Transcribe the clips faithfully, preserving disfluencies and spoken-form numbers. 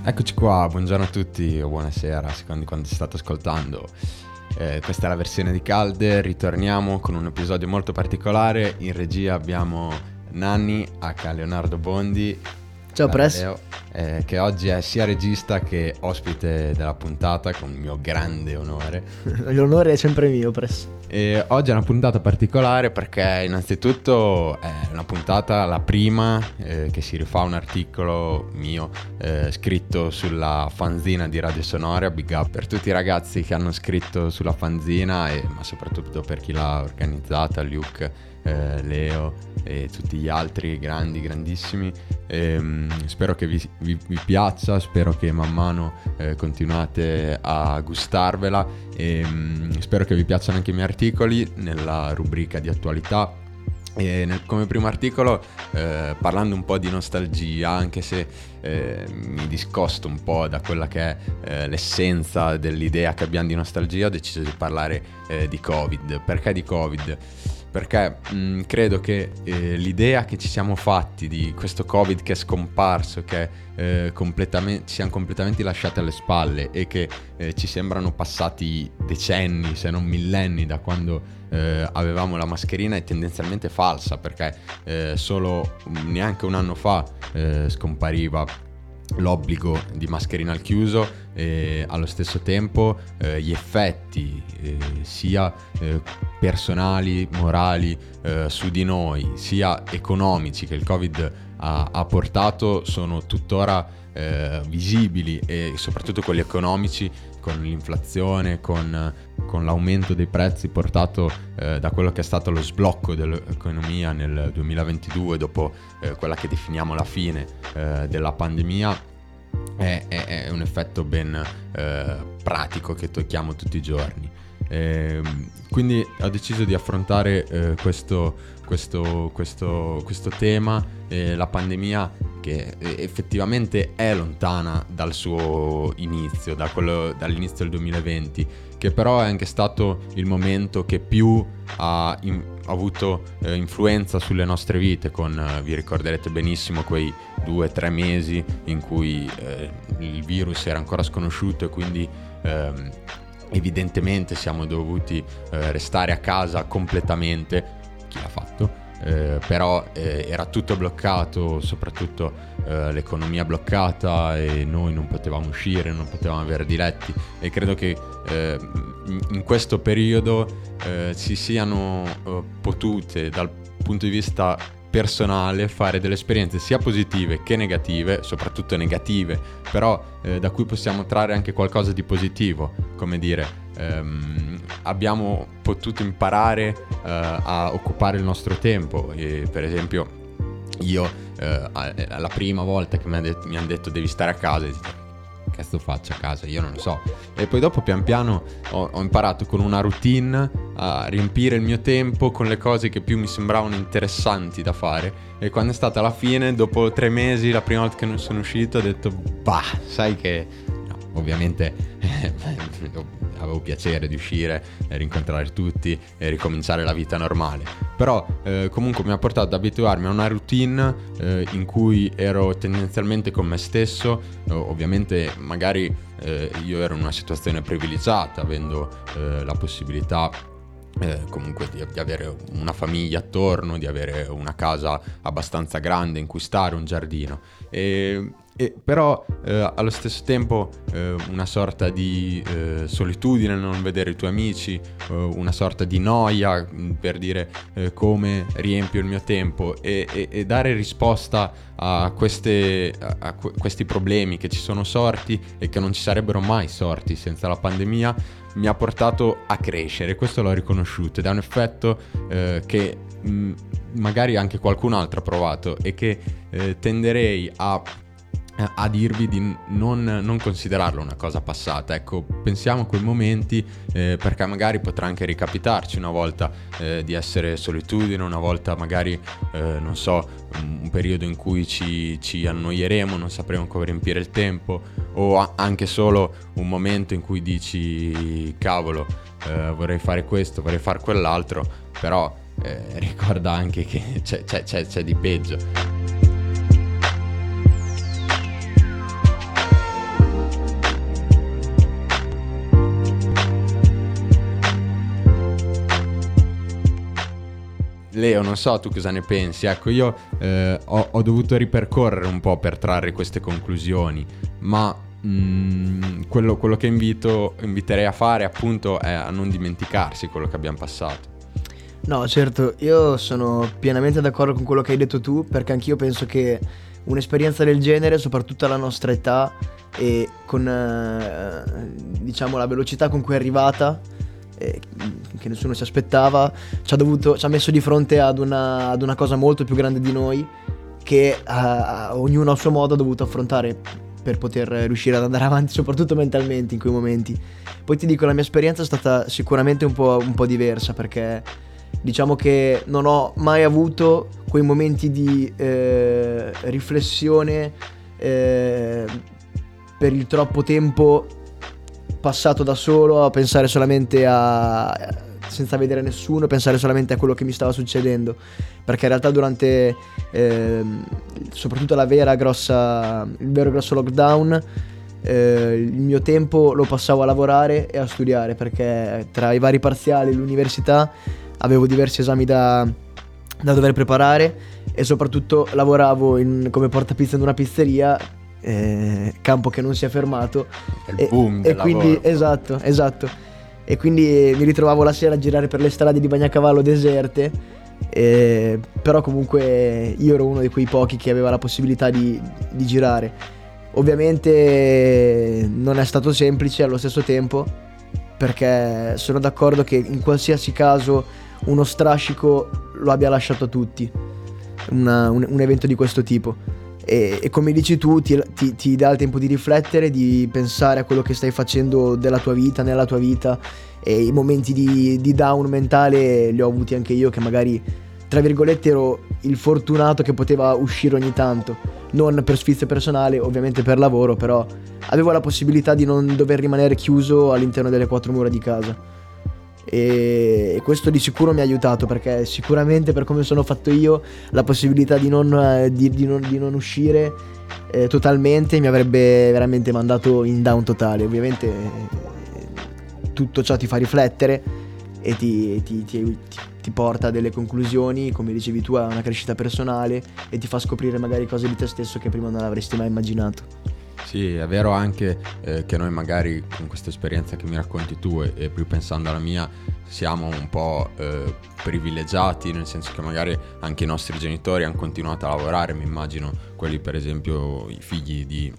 Eccoci qua, buongiorno a tutti o buonasera, a seconda di quando ci state ascoltando. Eh, questa è la versione di Calde, ritorniamo con un episodio molto particolare. In regia abbiamo Nanni, aka Leonardo Bondi. Ciao Press. Leo, eh, che oggi è sia regista che ospite della puntata, con il mio grande onore. L'onore è sempre mio, Press. E oggi è una puntata particolare perché innanzitutto è una puntata, la prima, eh, che si rifà a un articolo mio eh, scritto sulla fanzina di Radio Sonora. Big up per tutti i ragazzi che hanno scritto sulla fanzina, e, ma soprattutto per chi l'ha organizzata, Luke, eh, Leo e tutti gli altri grandi, grandissimi. E, um, spero che vi, vi, vi piaccia, spero che man mano eh, continuate a gustarvela, e um, spero che vi piacciono anche i miei articoli nella rubrica di attualità. E nel, come primo articolo eh, parlando un po' di nostalgia, anche se eh, mi discosto un po' da quella che è eh, l'essenza dell'idea che abbiamo di nostalgia, ho deciso di parlare eh, di Covid. Perché di Covid? Perché mh, credo che eh, l'idea che ci siamo fatti di questo Covid che è scomparso, che eh, completamente, ci siamo completamente lasciati alle spalle, e che eh, ci sembrano passati decenni, se non millenni, da quando eh, avevamo la mascherina, è tendenzialmente falsa, perché eh, solo neanche un anno fa eh, scompariva l'obbligo di mascherina al chiuso, e allo stesso tempo eh, gli effetti eh, sia eh, personali, morali eh, su di noi, sia economici che il Covid ha, ha portato sono tuttora eh, visibili, e soprattutto quelli economici, con l'inflazione, con, con l'aumento dei prezzi portato eh, da quello che è stato lo sblocco dell'economia nel duemilaventidue, dopo eh, quella che definiamo la fine eh, della pandemia. È, è, è un effetto ben eh, pratico che tocchiamo tutti i giorni. Eh, quindi ho deciso di affrontare eh, questo, questo, questo, questo tema, eh, la pandemia, che effettivamente è lontana dal suo inizio, da quello, dall'inizio del duemilaventi, che però è anche stato il momento che più ha, in, ha avuto eh, influenza sulle nostre vite, con, eh, vi ricorderete benissimo, quei due o tre mesi in cui eh, il virus era ancora sconosciuto, e quindi ehm, evidentemente siamo dovuti eh, restare a casa completamente. Chi l'ha fatto? Eh, però eh, era tutto bloccato, soprattutto eh, l'economia bloccata, e noi non potevamo uscire, non potevamo avere diletti, e credo che eh, in questo periodo eh, si siano eh, potute, dal punto di vista personale, fare delle esperienze sia positive che negative, soprattutto negative, però eh, da cui possiamo trarre anche qualcosa di positivo, come dire, ehm, abbiamo potuto imparare eh, a occupare il nostro tempo. E per esempio io eh, la prima volta che mi hanno detto, mi han detto devi stare a casa, ho detto, che cazzo faccio a casa? Io non lo so. E poi dopo pian piano ho, ho imparato con una routine a riempire il mio tempo con le cose che più mi sembravano interessanti da fare, e quando è stata la fine, dopo tre mesi, la prima volta che non sono uscito, ho detto bah, sai che no, ovviamente avevo piacere di uscire e rincontrare tutti e ricominciare la vita normale, però eh, comunque mi ha portato ad abituarmi a una routine eh, in cui ero tendenzialmente con me stesso. eh, ovviamente magari eh, io ero in una situazione privilegiata, avendo eh, la possibilità Eh, comunque di, di avere una famiglia attorno, di avere una casa abbastanza grande in cui stare, un giardino, e, e però eh, allo stesso tempo eh, una sorta di eh, solitudine, non vedere i tuoi amici, eh, una sorta di noia, per dire eh, come riempio il mio tempo, e, e, e dare risposta a, queste, a, a questi problemi che ci sono sorti e che non ci sarebbero mai sorti senza la pandemia. Mi ha portato a crescere, questo l'ho riconosciuto, ed è un effetto eh, che mh, magari anche qualcun altro ha provato, e che eh, tenderei a, a dirvi di non, non considerarlo una cosa passata. Ecco, pensiamo a quei momenti, eh, perché magari potrà anche ricapitarci una volta eh, di essere solitudine, una volta magari, eh, non so, un periodo in cui ci, ci annoieremo, non sapremo come riempire il tempo, o a- anche solo un momento in cui dici cavolo, eh, vorrei fare questo, vorrei fare quell'altro, però eh, ricorda anche che c'è, c'è, c'è, c'è di peggio. Leo, non so tu cosa ne pensi. Ecco, io eh, ho, ho dovuto ripercorrere un po' per trarre queste conclusioni, ma mh, quello, quello che invito, inviterei a fare appunto è a non dimenticarsi quello che abbiamo passato. No, certo, io sono pienamente d'accordo con quello che hai detto tu, perché anch'io penso che un'esperienza del genere, soprattutto alla nostra età e con eh, diciamo la velocità con cui è arrivata, eh, che nessuno si aspettava, ci ha dovuto, ci ha messo di fronte ad una, ad una cosa molto più grande di noi, che eh, ognuno a suo modo ha dovuto affrontare per poter riuscire ad andare avanti, soprattutto mentalmente in quei momenti. Poi ti dico, la mia esperienza è stata sicuramente un po', un po' diversa, perché diciamo che non ho mai avuto quei momenti di eh, riflessione eh, per il troppo tempo passato da solo a pensare solamente a, senza vedere nessuno, pensare solamente a quello che mi stava succedendo, perché in realtà durante eh, soprattutto la vera grossa il vero grosso lockdown eh, il mio tempo lo passavo a lavorare e a studiare, perché tra i vari parziali, l'università, avevo diversi esami da, da dover preparare e soprattutto lavoravo in, come portapizza in una pizzeria, eh, campo che non si è fermato. È il boom e, del e quindi lavoro. esatto, esatto. E quindi mi ritrovavo la sera a girare per le strade di Bagnacavallo deserte, eh, però comunque io ero uno di quei pochi che aveva la possibilità di, di girare. Ovviamente non è stato semplice allo stesso tempo, perché sono d'accordo che in qualsiasi caso uno strascico lo abbia lasciato a tutti, una, un, un evento di questo tipo, e, e come dici tu ti, ti, ti dà il tempo di riflettere, di pensare a quello che stai facendo della tua vita, nella tua vita, e i momenti di, di down mentale li ho avuti anche io, che magari tra virgolette ero il fortunato che poteva uscire ogni tanto, non per sfizio personale, ovviamente per lavoro, però avevo la possibilità di non dover rimanere chiuso all'interno delle quattro mura di casa. E questo di sicuro mi ha aiutato, perché sicuramente, per come sono fatto io, la possibilità di non, di, di non, di non uscire eh, totalmente mi avrebbe veramente mandato in down totale. Ovviamente eh, tutto ciò ti fa riflettere e ti, ti, ti, ti, ti porta a delle conclusioni, come dicevi tu, a una crescita personale, e ti fa scoprire magari cose di te stesso che prima non avresti mai immaginato. Sì, è vero anche eh, che noi magari con questa esperienza che mi racconti tu e, e più pensando alla mia siamo un po' eh, privilegiati, nel senso che magari anche i nostri genitori hanno continuato a lavorare, mi immagino quelli per esempio i figli di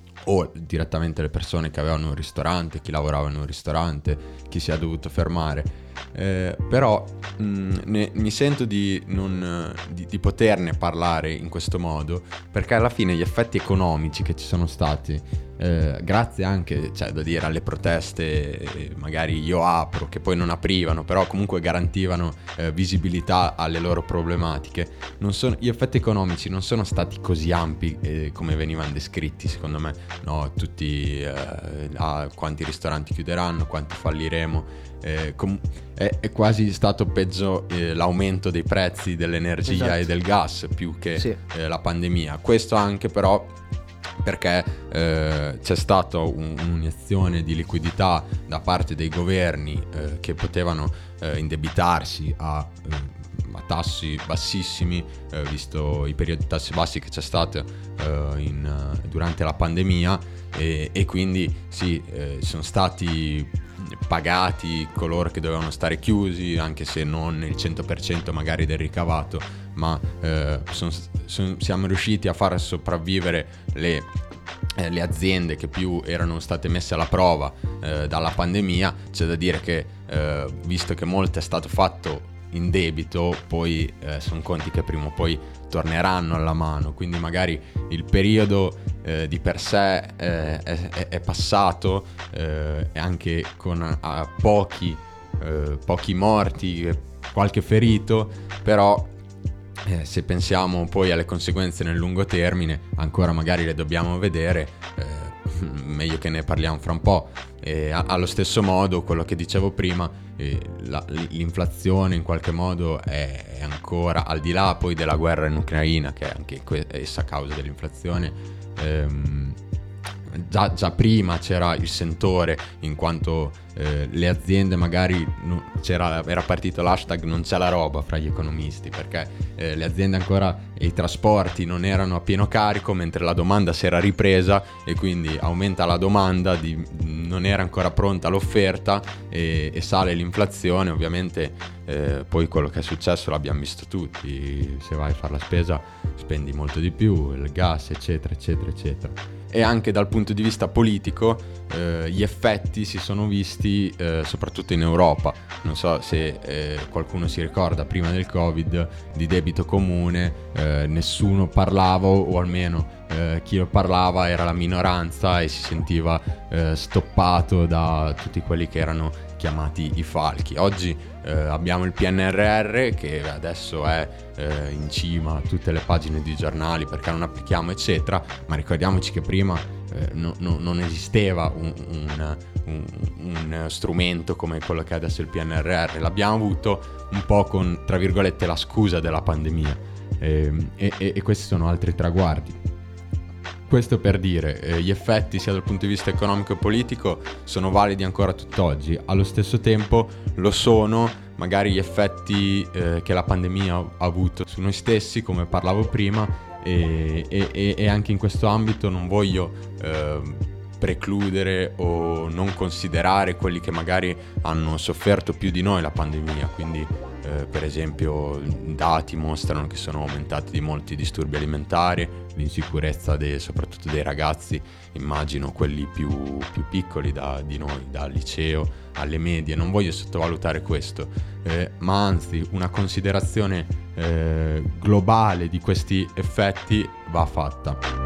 o direttamente le persone che avevano un ristorante, chi lavorava in un ristorante, chi si è dovuto fermare. Eh, però mh, ne, mi sento di, non, di, di poterne parlare in questo modo, perché alla fine gli effetti economici che ci sono stati, eh, grazie anche, cioè da dire, alle proteste, eh, magari io apro, che poi non aprivano, però comunque garantivano eh, visibilità alle loro problematiche, non sono, gli effetti economici non sono stati così ampi eh, come venivano descritti, secondo me. No, tutti eh, ah, quanti ristoranti chiuderanno, quanti falliremo. Eh, com- è, è quasi stato peggio eh, l'aumento dei prezzi dell'energia, esatto, e del gas, più che sì. eh, la pandemia. Questo anche però perché eh, c'è stata un, un'iniezione di liquidità da parte dei governi eh, che potevano eh, indebitarsi a, eh, a tassi bassissimi, eh, visto i periodi di tassi bassi che c'è stato eh, in, uh, durante la pandemia, e, e quindi sì, eh, sono stati pagati coloro che dovevano stare chiusi, anche se non il cento per cento magari del ricavato, ma eh, son, son, siamo riusciti a far sopravvivere le, eh, le aziende che più erano state messe alla prova eh, dalla pandemia. C'è da dire che eh, visto che molto è stato fatto in debito, poi eh, sono conti che prima o poi torneranno alla mano, quindi magari il periodo eh, di per sé eh, è, è passato eh, anche con a, pochi, eh, pochi morti, qualche ferito, però eh, se pensiamo poi alle conseguenze nel lungo termine ancora magari le dobbiamo vedere, eh, meglio che ne parliamo fra un po'. E a, allo stesso modo, quello che dicevo prima, eh, la, l'inflazione in qualche modo è, è ancora, al di là poi della guerra in Ucraina, che è anche que- essa causa dell'inflazione, ehm, già, già prima c'era il sentore, in quanto eh, le aziende magari no, c'era, era partito l'hashtag non c'è la roba fra gli economisti, perché eh, le aziende ancora e i trasporti non erano a pieno carico, mentre la domanda si era ripresa e quindi aumenta la domanda, di, non era ancora pronta l'offerta e, e sale l'inflazione. Ovviamente eh, poi quello che è successo l'abbiamo visto tutti, se vai a fare la spesa spendi molto di più, il gas eccetera eccetera eccetera. E anche dal punto di vista politico eh, gli effetti si sono visti eh, soprattutto in Europa. Non so se eh, qualcuno si ricorda, prima del Covid, di debito comune, eh, nessuno parlava, o almeno eh, chi lo parlava era la minoranza e si sentiva eh, stoppato da tutti quelli che erano chiamati i falchi. Oggi eh, abbiamo il P N R R che adesso è eh, in cima a tutte le pagine di giornali perché non applichiamo eccetera, ma ricordiamoci che prima eh, no, no, non esisteva un, un, un, un strumento come quello che è adesso il P N R R. L'abbiamo avuto un po' con, tra virgolette, la scusa della pandemia e, e, e questi sono altri traguardi. Questo per dire, eh, gli effetti sia dal punto di vista economico e politico sono validi ancora tutt'oggi. Allo stesso tempo lo sono magari gli effetti eh, che la pandemia ha avuto su noi stessi, come parlavo prima, e, e, e anche in questo ambito non voglio eh, precludere o non considerare quelli che magari hanno sofferto più di noi la pandemia. Quindi eh, per esempio dati mostrano che sono aumentati di molti disturbi alimentari, l'insicurezza de, soprattutto dei ragazzi, immagino quelli più, più piccoli da, di noi, dal liceo alle medie. Non voglio sottovalutare questo, eh, ma anzi una considerazione eh, globale di questi effetti va fatta.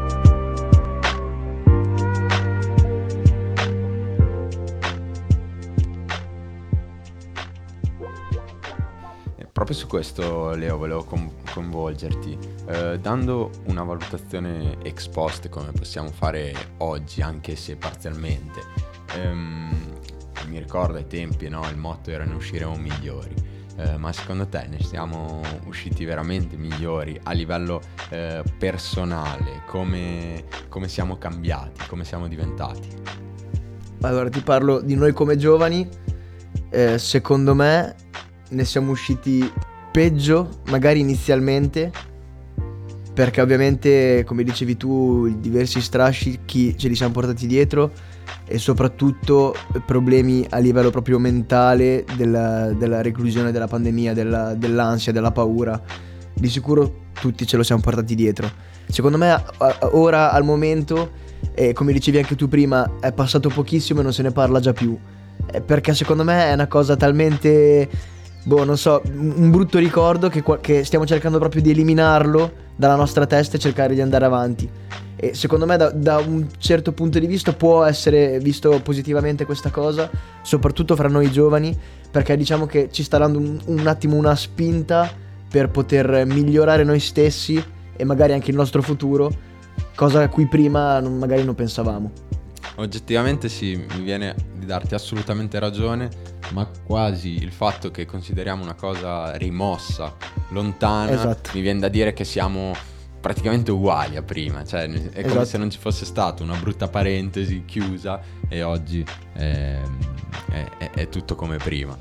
Proprio su questo, Leo, volevo com- coinvolgerti, eh, dando una valutazione ex post come possiamo fare oggi, anche se parzialmente. Ehm, mi ricordo ai tempi, no, il motto era ne usciremo migliori, eh, ma secondo te ne siamo usciti veramente migliori a livello eh, personale? Come, come siamo cambiati, come siamo diventati? Allora ti parlo di noi come giovani, eh, secondo me ne siamo usciti peggio magari inizialmente, perché ovviamente come dicevi tu diversi strascichi ce li siamo portati dietro e soprattutto problemi a livello proprio mentale della, della reclusione della pandemia, della, dell'ansia, della paura. Di sicuro tutti ce lo siamo portati dietro. Secondo me a, a, ora al momento, e come dicevi anche tu prima, è passato pochissimo e non se ne parla già più, eh, perché secondo me è una cosa talmente... boh, non so, un brutto ricordo che, che stiamo cercando proprio di eliminarlo dalla nostra testa e cercare di andare avanti. E secondo me da, da un certo punto di vista può essere visto positivamente questa cosa, soprattutto fra noi giovani, perché diciamo che ci sta dando un, un attimo una spinta per poter migliorare noi stessi e magari anche il nostro futuro, cosa a cui prima non, magari non pensavamo. Oggettivamente sì, mi viene di darti assolutamente ragione, ma quasi il fatto che consideriamo una cosa rimossa, lontana, esatto. Mi viene da dire che siamo praticamente uguali a prima, cioè è come esatto. se non ci fosse stata una brutta parentesi chiusa e oggi è, è, è tutto come prima.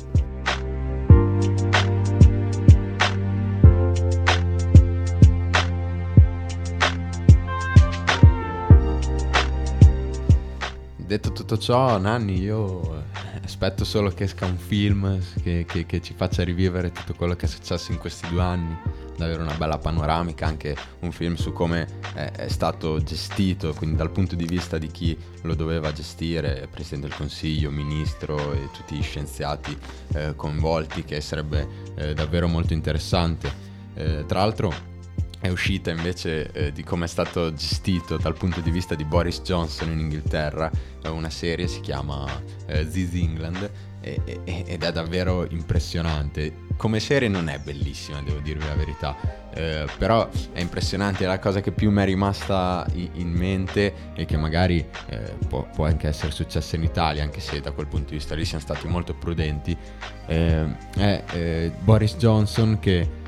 Detto tutto ciò, Nanni, io aspetto solo che esca un film che, che, che ci faccia rivivere tutto quello che è successo in questi due anni, davvero una bella panoramica, anche un film su come è, è stato gestito, quindi dal punto di vista di chi lo doveva gestire, Presidente del Consiglio, Ministro e tutti gli scienziati eh, coinvolti, che sarebbe eh, davvero molto interessante. Eh, tra l'altro è uscita invece eh, di come è stato gestito dal punto di vista di Boris Johnson in Inghilterra, eh, una serie, si chiama eh, This England, e, e, ed è davvero impressionante. Come serie non è bellissima, devo dirvi la verità, eh, però è impressionante. La cosa che più mi è rimasta in, in mente e che magari eh, può, può anche essere successa in Italia, anche se da quel punto di vista lì siamo stati molto prudenti, eh, è eh, Boris Johnson che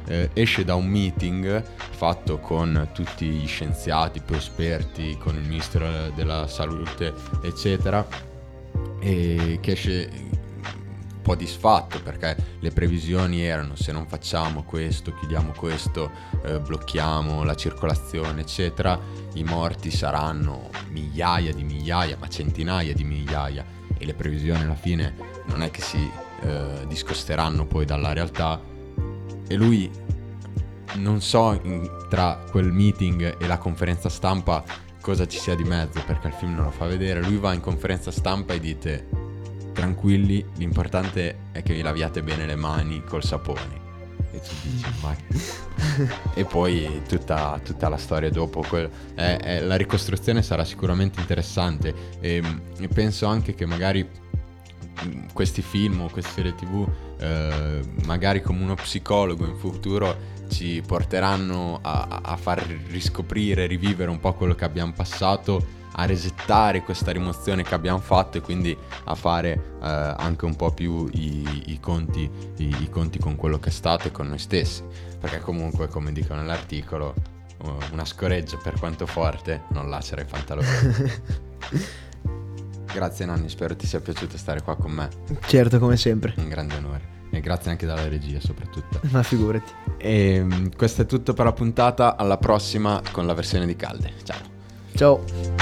eh, esce da un meeting fatto con tutti gli scienziati più esperti, con il ministro della salute eccetera, e che esce un po' disfatto perché le previsioni erano: se non facciamo questo, chiudiamo questo, eh, blocchiamo la circolazione eccetera, i morti saranno migliaia di migliaia, ma centinaia di migliaia, e le previsioni alla fine non è che si eh, discosteranno poi dalla realtà. E lui, non so in, tra quel meeting e la conferenza stampa cosa ci sia di mezzo, perché il film non lo fa vedere, lui va in conferenza stampa e dite: tranquilli, l'importante è che vi laviate bene le mani col sapone. E tu dici ma... e poi tutta, tutta la storia dopo quel, è, è, la ricostruzione sarà sicuramente interessante, e, e penso anche che magari questi film o queste serie tv eh, magari come uno psicologo in futuro ci porteranno a, a far riscoprire, rivivere un po' quello che abbiamo passato, a resettare questa rimozione che abbiamo fatto, e quindi a fare eh, anche un po' più i, i conti i, i conti con quello che è stato e con noi stessi, perché comunque, come dico nell'articolo, una scoreggia per quanto forte non lacera i pantaloni. Grazie Nanni, spero ti sia piaciuto stare qua con me. Certo, come sempre. Un grande onore. E grazie anche dalla regia soprattutto. Ma figurati. E questo è tutto per la puntata, alla prossima con la versione di Calde. Ciao. Ciao.